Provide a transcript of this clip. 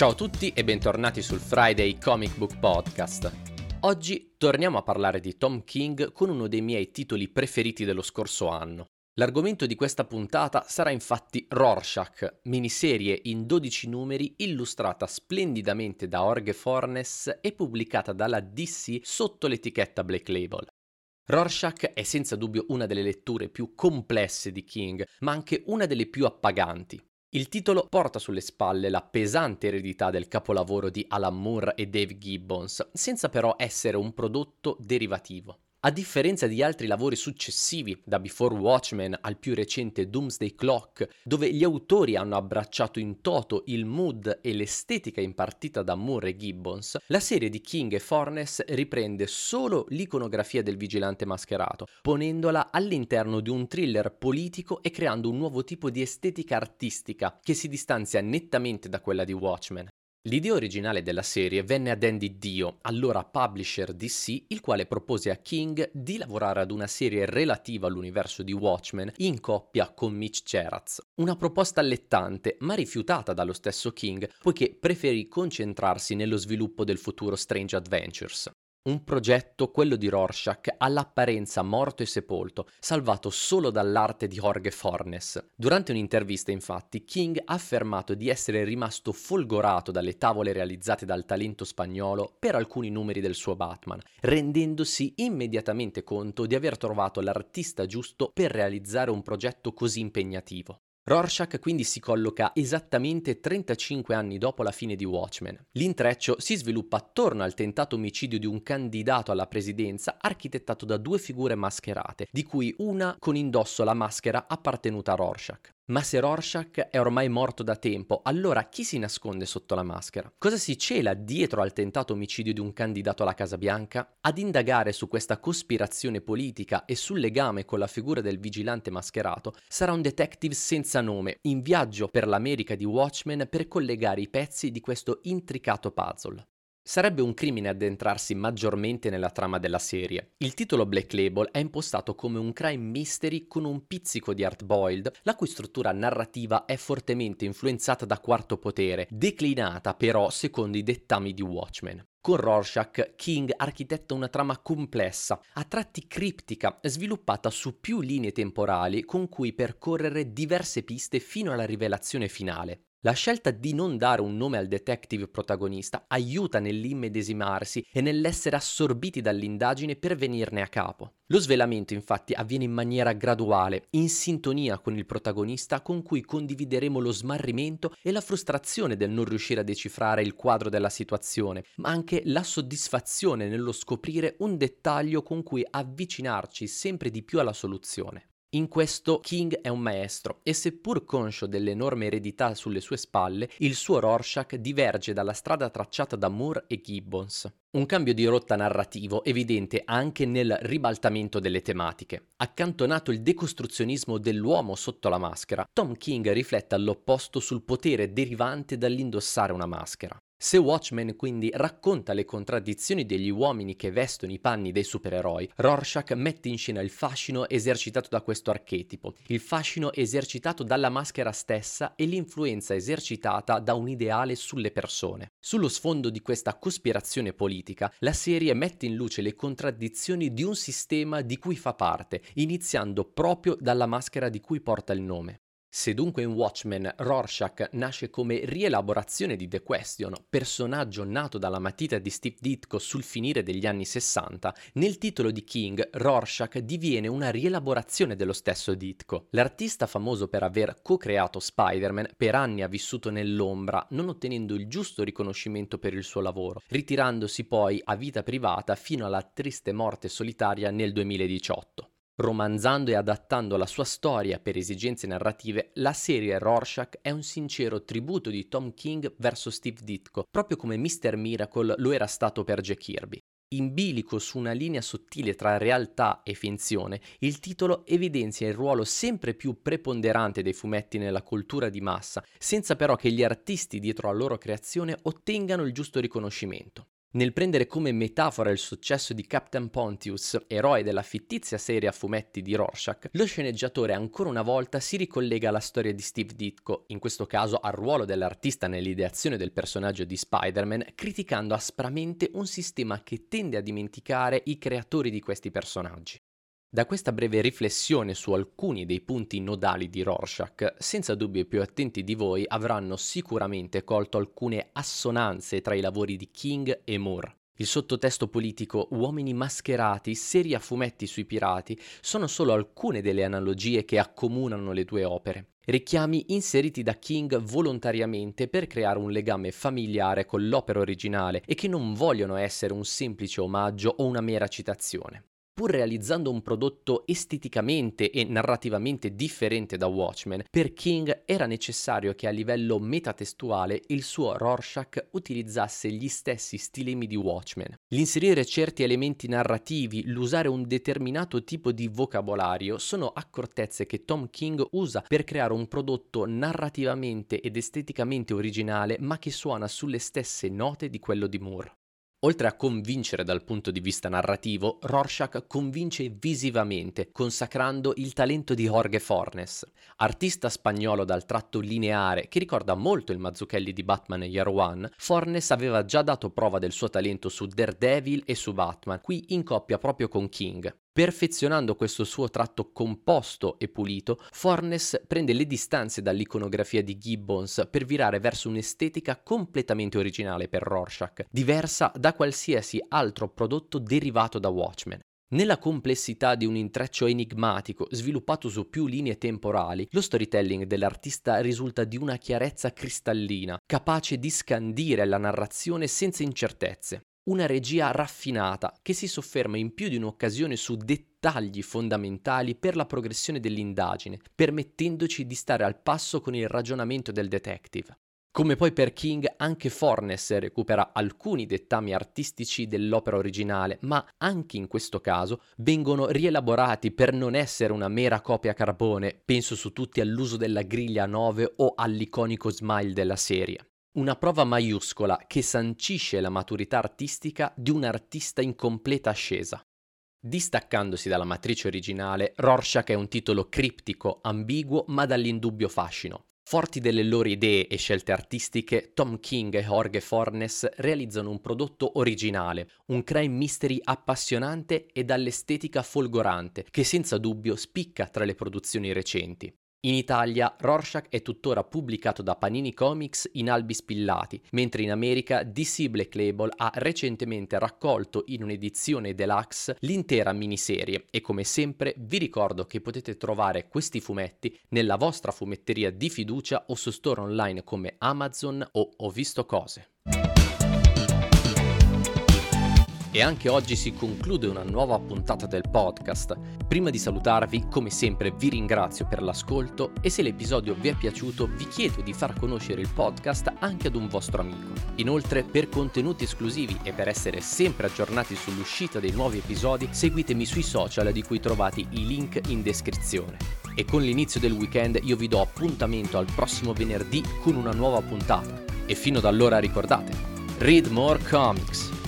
Ciao a tutti e bentornati sul Friday Comic Book Podcast. Oggi torniamo a parlare di Tom King con uno dei miei titoli preferiti dello scorso anno. L'argomento di questa puntata sarà infatti Rorschach, miniserie in 12 numeri illustrata splendidamente da Jorge Fornes e pubblicata dalla DC sotto l'etichetta Black Label. Rorschach è senza dubbio una delle letture più complesse di King, ma anche una delle più appaganti. Il titolo porta sulle spalle la pesante eredità del capolavoro di Alan Moore e Dave Gibbons, senza però essere un prodotto derivativo. A differenza di altri lavori successivi, da Before Watchmen al più recente Doomsday Clock, dove gli autori hanno abbracciato in toto il mood e l'estetica impartita da Moore e Gibbons, la serie di King e Fornes riprende solo l'iconografia del vigilante mascherato, ponendola all'interno di un thriller politico e creando un nuovo tipo di estetica artistica che si distanzia nettamente da quella di Watchmen. L'idea originale della serie venne ad Andy Dio, allora publisher DC, il quale propose a King di lavorare ad una serie relativa all'universo di Watchmen in coppia con Mitch Gerads. Una proposta allettante, ma rifiutata dallo stesso King, poiché preferì concentrarsi nello sviluppo del futuro Strange Adventures. Un progetto, quello di Rorschach, all'apparenza morto e sepolto, salvato solo dall'arte di Jorge Fornes. Durante un'intervista, infatti, King ha affermato di essere rimasto folgorato dalle tavole realizzate dal talento spagnolo per alcuni numeri del suo Batman, rendendosi immediatamente conto di aver trovato l'artista giusto per realizzare un progetto così impegnativo. Rorschach quindi si colloca esattamente 35 anni dopo la fine di Watchmen. L'intreccio si sviluppa attorno al tentato omicidio di un candidato alla presidenza architettato da due figure mascherate, di cui una con indosso la maschera appartenuta a Rorschach. Ma se Rorschach è ormai morto da tempo, allora chi si nasconde sotto la maschera? Cosa si cela dietro al tentato omicidio di un candidato alla Casa Bianca? Ad indagare su questa cospirazione politica e sul legame con la figura del vigilante mascherato sarà un detective senza nome, in viaggio per l'America di Watchmen per collegare i pezzi di questo intricato puzzle. Sarebbe un crimine addentrarsi maggiormente nella trama della serie. Il titolo Black Label è impostato come un crime mystery con un pizzico di hard-boiled, la cui struttura narrativa è fortemente influenzata da Quarto Potere, declinata però secondo i dettami di Watchmen. Con Rorschach, King architetta una trama complessa, a tratti criptica, sviluppata su più linee temporali con cui percorrere diverse piste fino alla rivelazione finale. La scelta di non dare un nome al detective protagonista aiuta nell'immedesimarsi e nell'essere assorbiti dall'indagine per venirne a capo. Lo svelamento infatti avviene in maniera graduale, in sintonia con il protagonista con cui condivideremo lo smarrimento e la frustrazione del non riuscire a decifrare il quadro della situazione, ma anche la soddisfazione nello scoprire un dettaglio con cui avvicinarci sempre di più alla soluzione. In questo King è un maestro e seppur conscio dell'enorme eredità sulle sue spalle, il suo Rorschach diverge dalla strada tracciata da Moore e Gibbons. Un cambio di rotta narrativo evidente anche nel ribaltamento delle tematiche. Accantonato il decostruzionismo dell'uomo sotto la maschera, Tom King riflette all'opposto sul potere derivante dall'indossare una maschera. Se Watchmen quindi racconta le contraddizioni degli uomini che vestono i panni dei supereroi, Rorschach mette in scena il fascino esercitato da questo archetipo, il fascino esercitato dalla maschera stessa e l'influenza esercitata da un ideale sulle persone. Sullo sfondo di questa cospirazione politica, la serie mette in luce le contraddizioni di un sistema di cui fa parte, iniziando proprio dalla maschera di cui porta il nome. Se dunque in Watchmen Rorschach nasce come rielaborazione di The Question, personaggio nato dalla matita di Steve Ditko sul finire degli anni 60, nel titolo di King Rorschach diviene una rielaborazione dello stesso Ditko. L'artista famoso per aver co-creato Spider-Man per anni ha vissuto nell'ombra, non ottenendo il giusto riconoscimento per il suo lavoro, ritirandosi poi a vita privata fino alla triste morte solitaria nel 2018. Romanzando e adattando la sua storia per esigenze narrative, la serie Rorschach è un sincero tributo di Tom King verso Steve Ditko, proprio come Mr. Miracle lo era stato per Jack Kirby. In bilico su una linea sottile tra realtà e finzione, il titolo evidenzia il ruolo sempre più preponderante dei fumetti nella cultura di massa, senza però che gli artisti dietro alla loro creazione ottengano il giusto riconoscimento. Nel prendere come metafora il successo di Captain Pontius, eroe della fittizia serie a fumetti di Rorschach, lo sceneggiatore ancora una volta si ricollega alla storia di Steve Ditko, in questo caso al ruolo dell'artista nell'ideazione del personaggio di Spider-Man, criticando aspramente un sistema che tende a dimenticare i creatori di questi personaggi. Da questa breve riflessione su alcuni dei punti nodali di Rorschach, senza dubbio i più attenti di voi avranno sicuramente colto alcune assonanze tra i lavori di King e Moore. Il sottotesto politico uomini mascherati, serie a fumetti sui pirati, sono solo alcune delle analogie che accomunano le due opere. Richiami inseriti da King volontariamente per creare un legame familiare con l'opera originale e che non vogliono essere un semplice omaggio o una mera citazione. Pur realizzando un prodotto esteticamente e narrativamente differente da Watchmen, per King era necessario che a livello metatestuale il suo Rorschach utilizzasse gli stessi stilemi di Watchmen. L'inserire certi elementi narrativi, l'usare un determinato tipo di vocabolario sono accortezze che Tom King usa per creare un prodotto narrativamente ed esteticamente originale, ma che suona sulle stesse note di quello di Moore. Oltre a convincere dal punto di vista narrativo, Rorschach convince visivamente, consacrando il talento di Jorge Fornes, artista spagnolo dal tratto lineare che ricorda molto il Mazzucchelli di Batman Year One. Fornes aveva già dato prova del suo talento su Daredevil e su Batman, qui in coppia proprio con King. Perfezionando questo suo tratto composto e pulito, Fornes prende le distanze dall'iconografia di Gibbons per virare verso un'estetica completamente originale per Rorschach, diversa da qualsiasi altro prodotto derivato da Watchmen. Nella complessità di un intreccio enigmatico sviluppato su più linee temporali, lo storytelling dell'artista risulta di una chiarezza cristallina, capace di scandire la narrazione senza incertezze. Una regia raffinata che si sofferma in più di un'occasione su dettagli fondamentali per la progressione dell'indagine, permettendoci di stare al passo con il ragionamento del detective. Come poi per King, anche Fornes recupera alcuni dettami artistici dell'opera originale, ma anche in questo caso vengono rielaborati per non essere una mera copia carbone, penso su tutti all'uso della griglia a 9 o all'iconico smile della serie. Una prova maiuscola che sancisce la maturità artistica di un artista in completa ascesa. Distaccandosi dalla matrice originale, Rorschach è un titolo criptico, ambiguo ma dall'indubbio fascino. Forti delle loro idee e scelte artistiche, Tom King e Jorge Fornes realizzano un prodotto originale, un crime mystery appassionante e dall'estetica folgorante, che senza dubbio spicca tra le produzioni recenti. In Italia Rorschach è tuttora pubblicato da Panini Comics in albi spillati, mentre in America DC Black Label ha recentemente raccolto in un'edizione deluxe l'intera miniserie e come sempre vi ricordo che potete trovare questi fumetti nella vostra fumetteria di fiducia o su store online come Amazon o Ho Visto Cose. E anche oggi si conclude una nuova puntata del podcast. Prima di salutarvi, come sempre, vi ringrazio per l'ascolto e se l'episodio vi è piaciuto vi chiedo di far conoscere il podcast anche ad un vostro amico. Inoltre, per contenuti esclusivi e per essere sempre aggiornati sull'uscita dei nuovi episodi, seguitemi sui social di cui trovate i link in descrizione. E con l'inizio del weekend io vi do appuntamento al prossimo venerdì con una nuova puntata. E fino ad allora ricordate, read more comics!